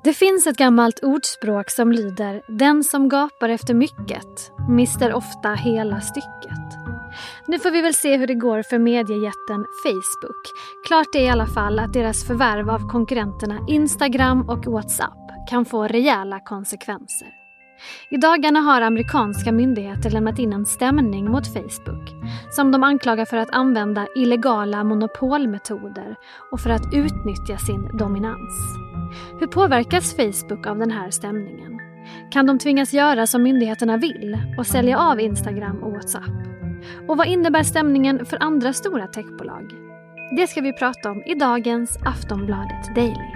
Det finns ett gammalt ordspråk som lyder: den som gapar efter mycket mister ofta hela stycket. Nu får vi väl se hur det går för mediejätten Facebook. Klart är i alla fall att deras förvärv av konkurrenterna Instagram och WhatsApp kan få rejäla konsekvenser. I dagarna har amerikanska myndigheter lämnat in en stämning mot Facebook som de anklagar för att använda illegala monopolmetoder och för att utnyttja sin dominans. Hur påverkas Facebook av den här stämningen? Kan de tvingas göra som myndigheterna vill och sälja av Instagram och WhatsApp? Och vad innebär stämningen för andra stora techbolag? Det ska vi prata om i dagens Aftonbladet Daily.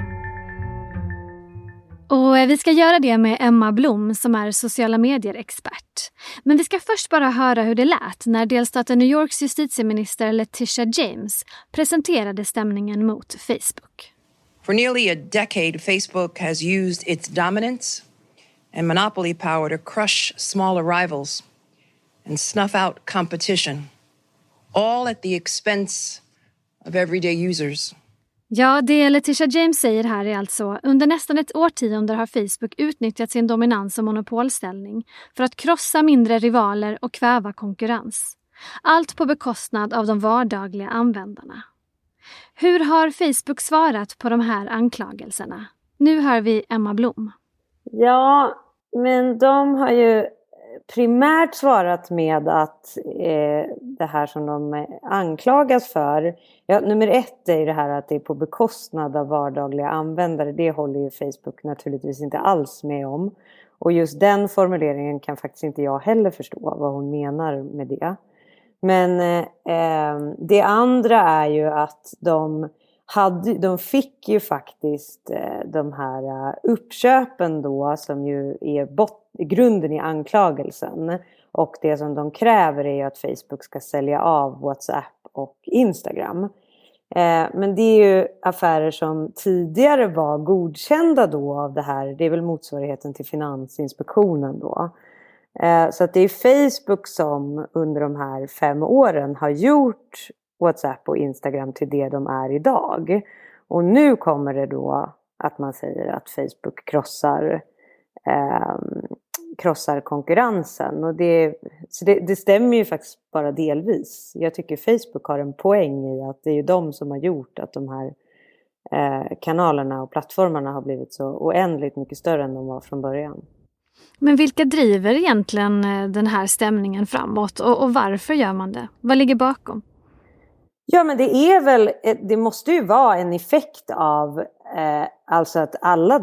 Och vi ska göra det med Emma Blom som är sociala medier-expert. Men vi ska först bara höra hur det lät när delstaten New Yorks justitieminister Letitia James presenterade stämningen mot Facebook. For nearly a decade, Facebook has used its dominance and monopoly power to crush smaller rivals and snuff out competition, all at the expense of everyday users. Ja, det Letitia James säger här är alltså: under nästan ett årtionde har Facebook utnyttjat sin dominans och monopolställning för att krossa mindre rivaler och kväva konkurrens. Allt på bekostnad av de vardagliga användarna. Hur har Facebook svarat på de här anklagelserna? Nu hör vi Emma Blom. Ja, men de har ju primärt svarat med att det här som de anklagas för, ja, nummer ett är ju det här att det är på bekostnad av vardagliga användare. Det håller ju Facebook naturligtvis inte alls med om. Och just den formuleringen kan faktiskt inte jag heller förstå vad hon menar med det. Men det andra är ju att de fick ju faktiskt de här uppköpen då, som ju är grunden i anklagelsen. Och det som de kräver är ju att Facebook ska sälja av WhatsApp och Instagram. Men det är ju affärer som tidigare var godkända då av det här. Det är väl motsvarigheten till Finansinspektionen då. Så att det är Facebook som under de här 5 åren har gjort WhatsApp och Instagram till det de är idag. Och nu kommer det då att man säger att Facebook krossar konkurrensen. Och det stämmer ju faktiskt bara delvis. Jag tycker Facebook har en poäng i att det är ju de som har gjort att de här kanalerna och plattformarna har blivit så oändligt mycket större än de var från början. Men vilka driver egentligen den här stämningen framåt och varför gör man det? Vad ligger bakom? Ja, men det måste ju vara en effekt av alltså att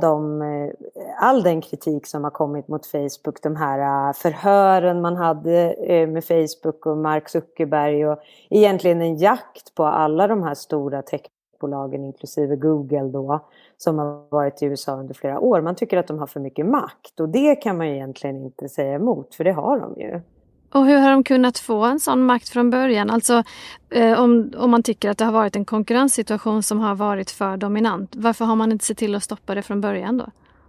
all den kritik som har kommit mot Facebook, de här förhören man hade med Facebook och Mark Zuckerberg och egentligen en jakt på alla de här stora techbolagen inklusive Google då, som har varit i USA under flera år. Man tycker att de har för mycket makt och det kan man ju egentligen inte säga emot, för det har de ju. Och hur har de kunnat få en sån makt från början? Alltså om man tycker att det har varit en konkurrenssituation som har varit för dominant, varför har man inte sett till att stoppa det från början då?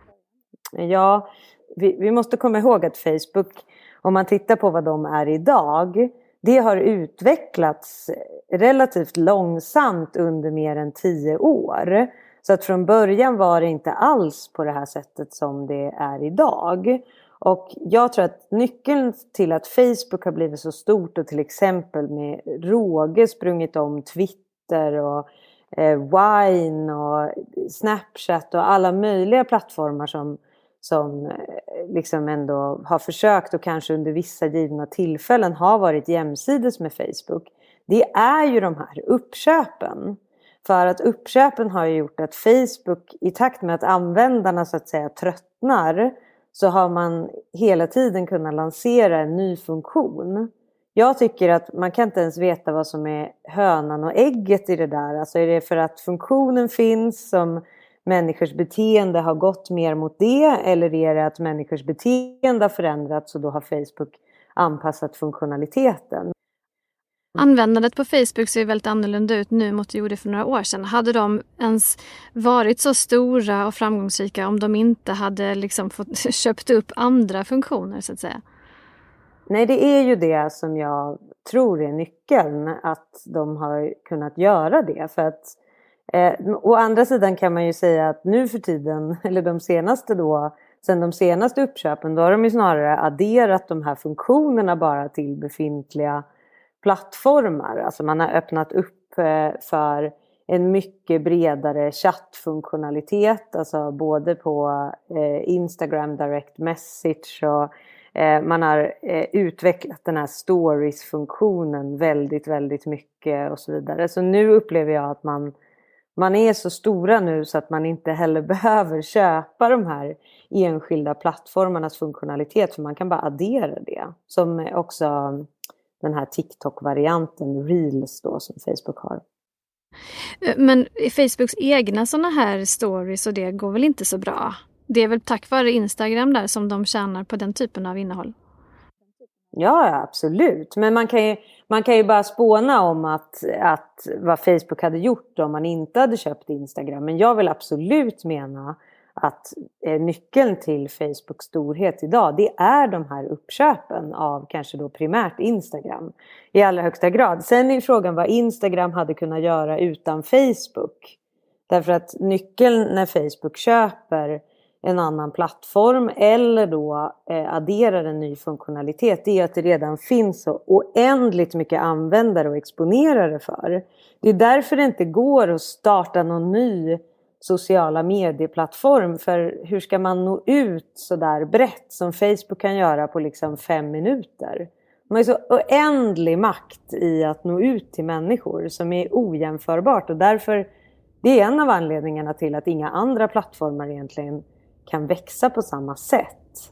Ja, vi måste komma ihåg att Facebook, om man tittar på vad de är idag, det har utvecklats relativt långsamt under mer än 10 år. Så att från början var det inte alls på det här sättet som det är idag. Och jag tror att nyckeln till att Facebook har blivit så stort och till exempel med råge sprungit om Twitter och Vine och Snapchat och alla möjliga plattformar som liksom ändå har försökt och kanske under vissa givna tillfällen har varit jämsides med Facebook. Det är ju de här uppköpen. För att uppköpen har gjort att Facebook, i takt med att användarna så att säga tröttnar, så har man hela tiden kunnat lansera en ny funktion. Jag tycker att man kan inte ens veta vad som är hönan och ägget i det där. Alltså är det för att funktionen finns som människors beteende har gått mer mot det? Eller är det att människors beteende har förändrats och då har Facebook anpassat funktionaliteten? Användandet på Facebook ser väldigt annorlunda ut nu mot det gjorde för några år sedan. Hade de ens varit så stora och framgångsrika om de inte hade liksom fått köpt upp andra funktioner så att säga? Nej, det är ju det som jag tror är nyckeln, att de har kunnat göra det. För att Å andra sidan kan man ju säga att nu för tiden, eller sen de senaste uppköpen, då har de ju snarare adderat de här funktionerna bara till befintliga plattformar. Alltså man har öppnat upp för en mycket bredare chattfunktionalitet, alltså både på Instagram Direct Message och man har utvecklat den här stories-funktionen väldigt, väldigt mycket och så vidare. Så nu upplever jag att man är så stora nu så att man inte heller behöver köpa de här enskilda plattformarnas funktionalitet, för man kan bara addera det. Som också den här TikTok-varianten Reels då som Facebook har. Men Facebooks egna såna här stories och det går väl inte så bra? Det är väl tack vare Instagram där som de tjänar på den typen av innehåll? Ja, absolut. Men man kan ju bara spåna om att vad Facebook hade gjort om man inte hade köpt Instagram. Men jag vill absolut mena att nyckeln till Facebooks storhet idag, det är de här uppköpen av kanske då primärt Instagram i allra högsta grad. Sen är frågan vad Instagram hade kunnat göra utan Facebook. Därför att nyckeln när Facebook köper en annan plattform eller då adderar en ny funktionalitet, det är att det redan finns så oändligt mycket användare och exponerare för. Det är därför det inte går att starta någon ny sociala medieplattform, för hur ska man nå ut så där brett som Facebook kan göra på liksom 5 minuter? Man har så oändlig makt i att nå ut till människor som är ojämförbart, och därför det är en av anledningarna till att inga andra plattformar egentligen kan växa på samma sätt.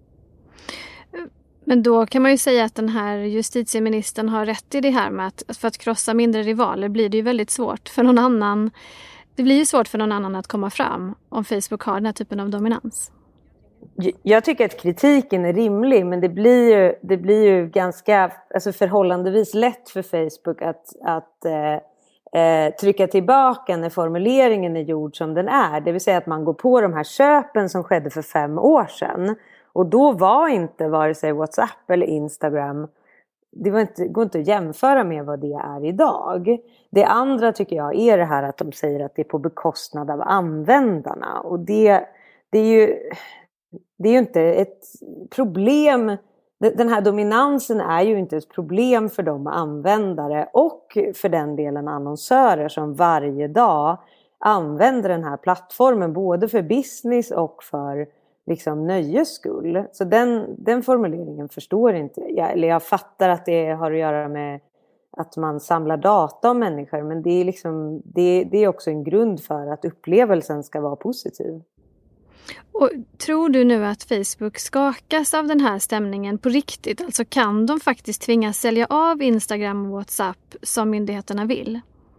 Men då kan man ju säga att den här justitieministern har rätt i det här med att för att krossa mindre rivaler blir det ju väldigt svårt för någon annan. Det blir ju svårt för någon annan att komma fram om Facebook har den här typen av dominans. Jag tycker att kritiken är rimlig, men det blir ju ganska förhållandevis lätt för Facebook att trycka tillbaka när formuleringen är gjord som den är. Det vill säga att man går på de här köpen som skedde för 5 år sedan. Och då var inte vare sig WhatsApp eller Instagram, går inte att jämföra med vad det är idag. Det andra tycker jag är det här att de säger att det är på bekostnad av användarna. Och det är ju inte ett problem. Den här dominansen är ju inte ett problem för de användare och för den delen annonsörer som varje dag använder den här plattformen både för business och för liksom nöjes skull. Så den formuleringen förstår inte jag. Eller jag fattar att det har att göra med att man samlar data om människor, men det är också en grund för att upplevelsen ska vara positiv. Och tror du nu att Facebook skakas av den här stämningen på riktigt? Alltså kan de faktiskt tvingas sälja av Instagram och WhatsApp som myndigheterna vill?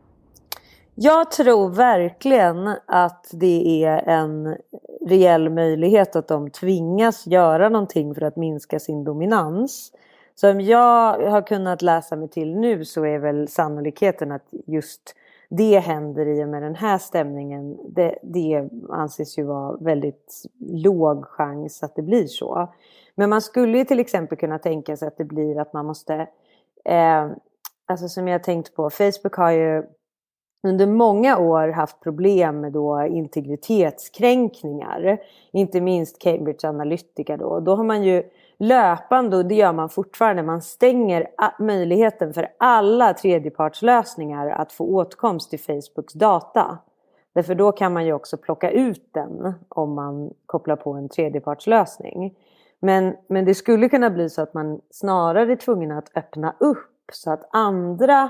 Jag tror verkligen att det är en reell möjlighet att de tvingas göra någonting för att minska sin dominans. Som jag har kunnat läsa mig till nu så är väl sannolikheten att just det händer i och med den här stämningen. Det anses ju vara väldigt låg chans att det blir så. Men man skulle ju till exempel kunna tänka sig att det blir att man måste... som jag tänkt på, Facebook har ju under många år haft problem med då integritetskränkningar. Inte minst Cambridge Analytica då. Då har man ju löpande, och det gör man fortfarande, man stänger möjligheten för alla tredjepartslösningar att få åtkomst till Facebooks data. Därför då kan man ju också plocka ut den om man kopplar på en tredjepartslösning. Men det skulle kunna bli så att man snarare är tvungen att öppna upp så att andra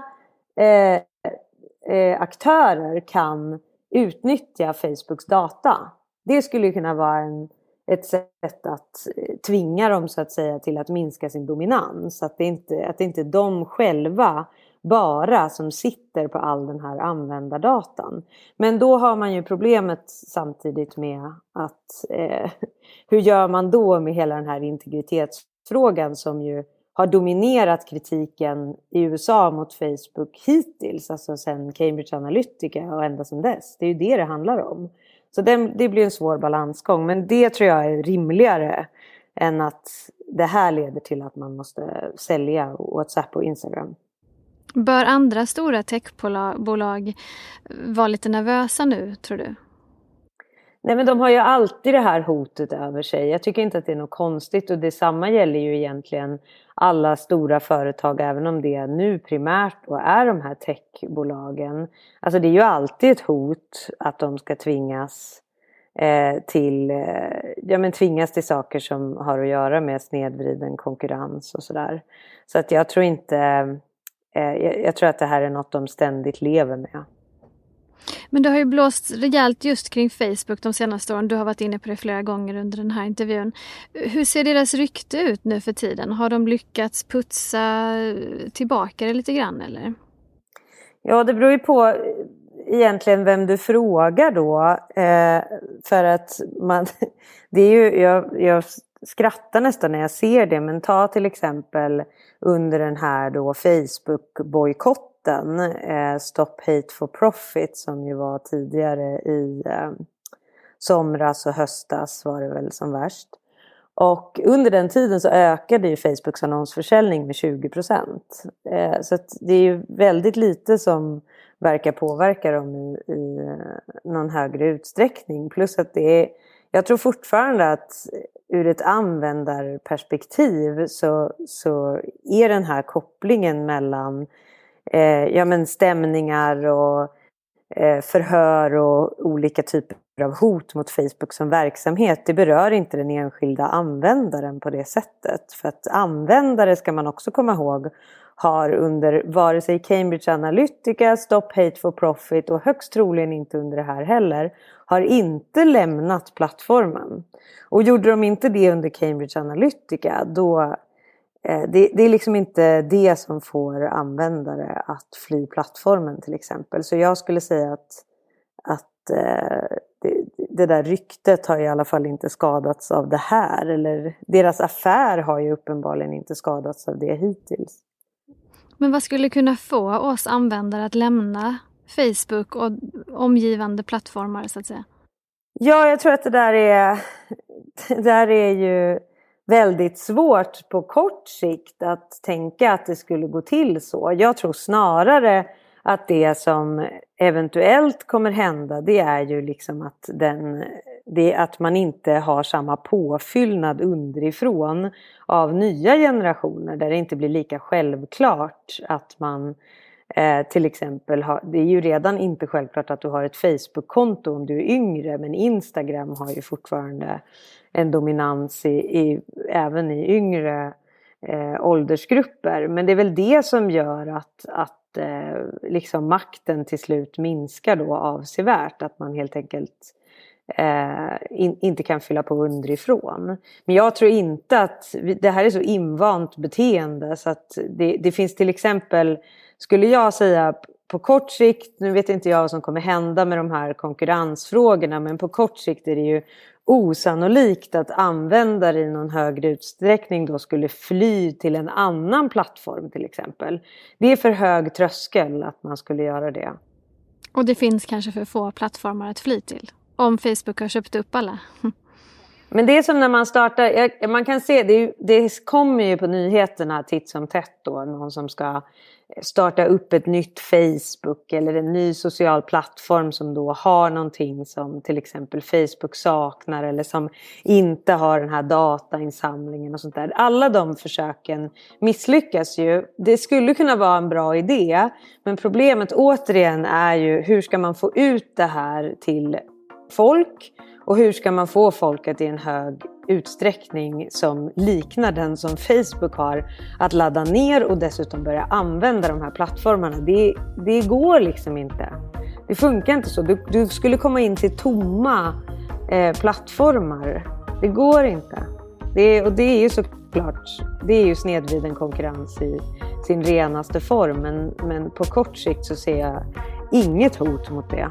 aktörer kan utnyttja Facebooks data. Det skulle kunna vara ett sätt att tvinga dem så att säga till att minska sin dominans. Att det inte är de själva bara som sitter på all den här användardatan. Men då har man ju problemet samtidigt med att hur gör man då med hela den här integritetsfrågan som ju har dominerat kritiken i USA mot Facebook hittills, alltså sedan Cambridge Analytica och ända sedan dess. Det är ju det handlar om. Så det blir en svår balansgång, men det tror jag är rimligare än att det här leder till att man måste sälja WhatsApp och Instagram. Bör andra stora techbolag vara lite nervösa nu, tror du? Nej, men de har ju alltid det här hotet över sig. Jag tycker inte att det är något konstigt, och detsamma gäller ju egentligen alla stora företag, även om det nu primärt och är de här techbolagen. Alltså det är ju alltid ett hot att de ska tvingas till saker som har att göra med snedvriden konkurrens och sådär. Så att jag tror att det här är något de ständigt lever med. Men det har ju blåst rejält just kring Facebook de senaste åren. Du har varit inne på det flera gånger under den här intervjun. Hur ser deras rykte ut nu för tiden? Har de lyckats putsa tillbaka det lite grann, eller? Ja, det beror ju på egentligen vem du frågar då. För att det är ju, jag skrattar nästan när jag ser det. Men ta till exempel under den här då Facebook-bojkotten. Stop Hate for Profit, som ju var tidigare i somras och höstas var det väl som värst. Och under den tiden så ökade ju Facebooks annonsförsäljning med 20%. Så att det är ju väldigt lite som verkar påverka dem i någon högre utsträckning. Plus att jag tror fortfarande att ur ett användarperspektiv så är den här kopplingen mellan stämningar och förhör och olika typer av hot mot Facebook som verksamhet, det berör inte den enskilda användaren på det sättet. För att användare, ska man också komma ihåg, har under vare sig Cambridge Analytica, Stop Hate for Profit och högst troligen inte under det här heller, har inte lämnat plattformen. Och gjorde de inte det under Cambridge Analytica, då det är liksom inte det som får användare att fly plattformen till exempel. Så jag skulle säga att det där ryktet har i alla fall inte skadats av det här. Eller deras affär har ju uppenbarligen inte skadats av det hittills. Men vad skulle kunna få oss användare att lämna Facebook och omgivande plattformar, så att säga? Ja, jag tror att det där är ju väldigt svårt på kort sikt att tänka att det skulle gå till så. Jag tror snarare att det som eventuellt kommer hända, det är ju liksom att man inte har samma påfyllnad underifrån av nya generationer, där det inte blir lika självklart att man till exempel det är ju redan inte självklart att du har ett Facebook-konto om du är yngre, men Instagram har ju fortfarande en dominans även i yngre åldersgrupper. Men det är väl det som gör att liksom makten till slut minskar då avsevärt, att man helt enkelt inte kan fylla på underifrån. Men jag tror inte att det här är så invant beteende, så att det finns till exempel, skulle jag säga på kort sikt, nu vet inte jag vad som kommer hända med de här konkurrensfrågorna, men på kort sikt är det ju osannolikt att användare i någon högre utsträckning då skulle fly till en annan plattform till exempel. Det är för hög tröskel att man skulle göra det. Och det finns kanske för få plattformar att fly till, om Facebook har köpt upp alla. Men det är som när man startar, man kan se, det kommer ju på nyheterna titt som tätt då, någon som ska starta upp ett nytt Facebook eller en ny social plattform som då har någonting som till exempel Facebook saknar, eller som inte har den här datainsamlingen och sånt där. Alla de försöken misslyckas ju. Det skulle kunna vara en bra idé, men problemet återigen är ju, hur ska man få ut det här till folk? Och hur ska man få folket i en hög utsträckning som liknar den som Facebook har att ladda ner och dessutom börja använda de här plattformarna? Det går liksom inte. Det funkar inte så. Du skulle komma in till tomma plattformar. Det går inte. Och det är ju såklart, det är ju snedvriden konkurrens i sin renaste form. Men på kort sikt så ser jag inget hot mot det.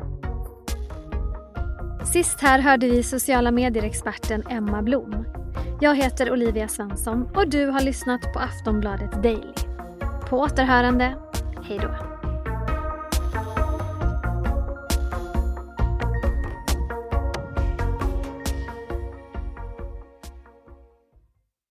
Sist här hörde vi sociala medier-experten Emma Blom. Jag heter Olivia Svensson och du har lyssnat på Aftonbladet Daily. På återhörande, hej då.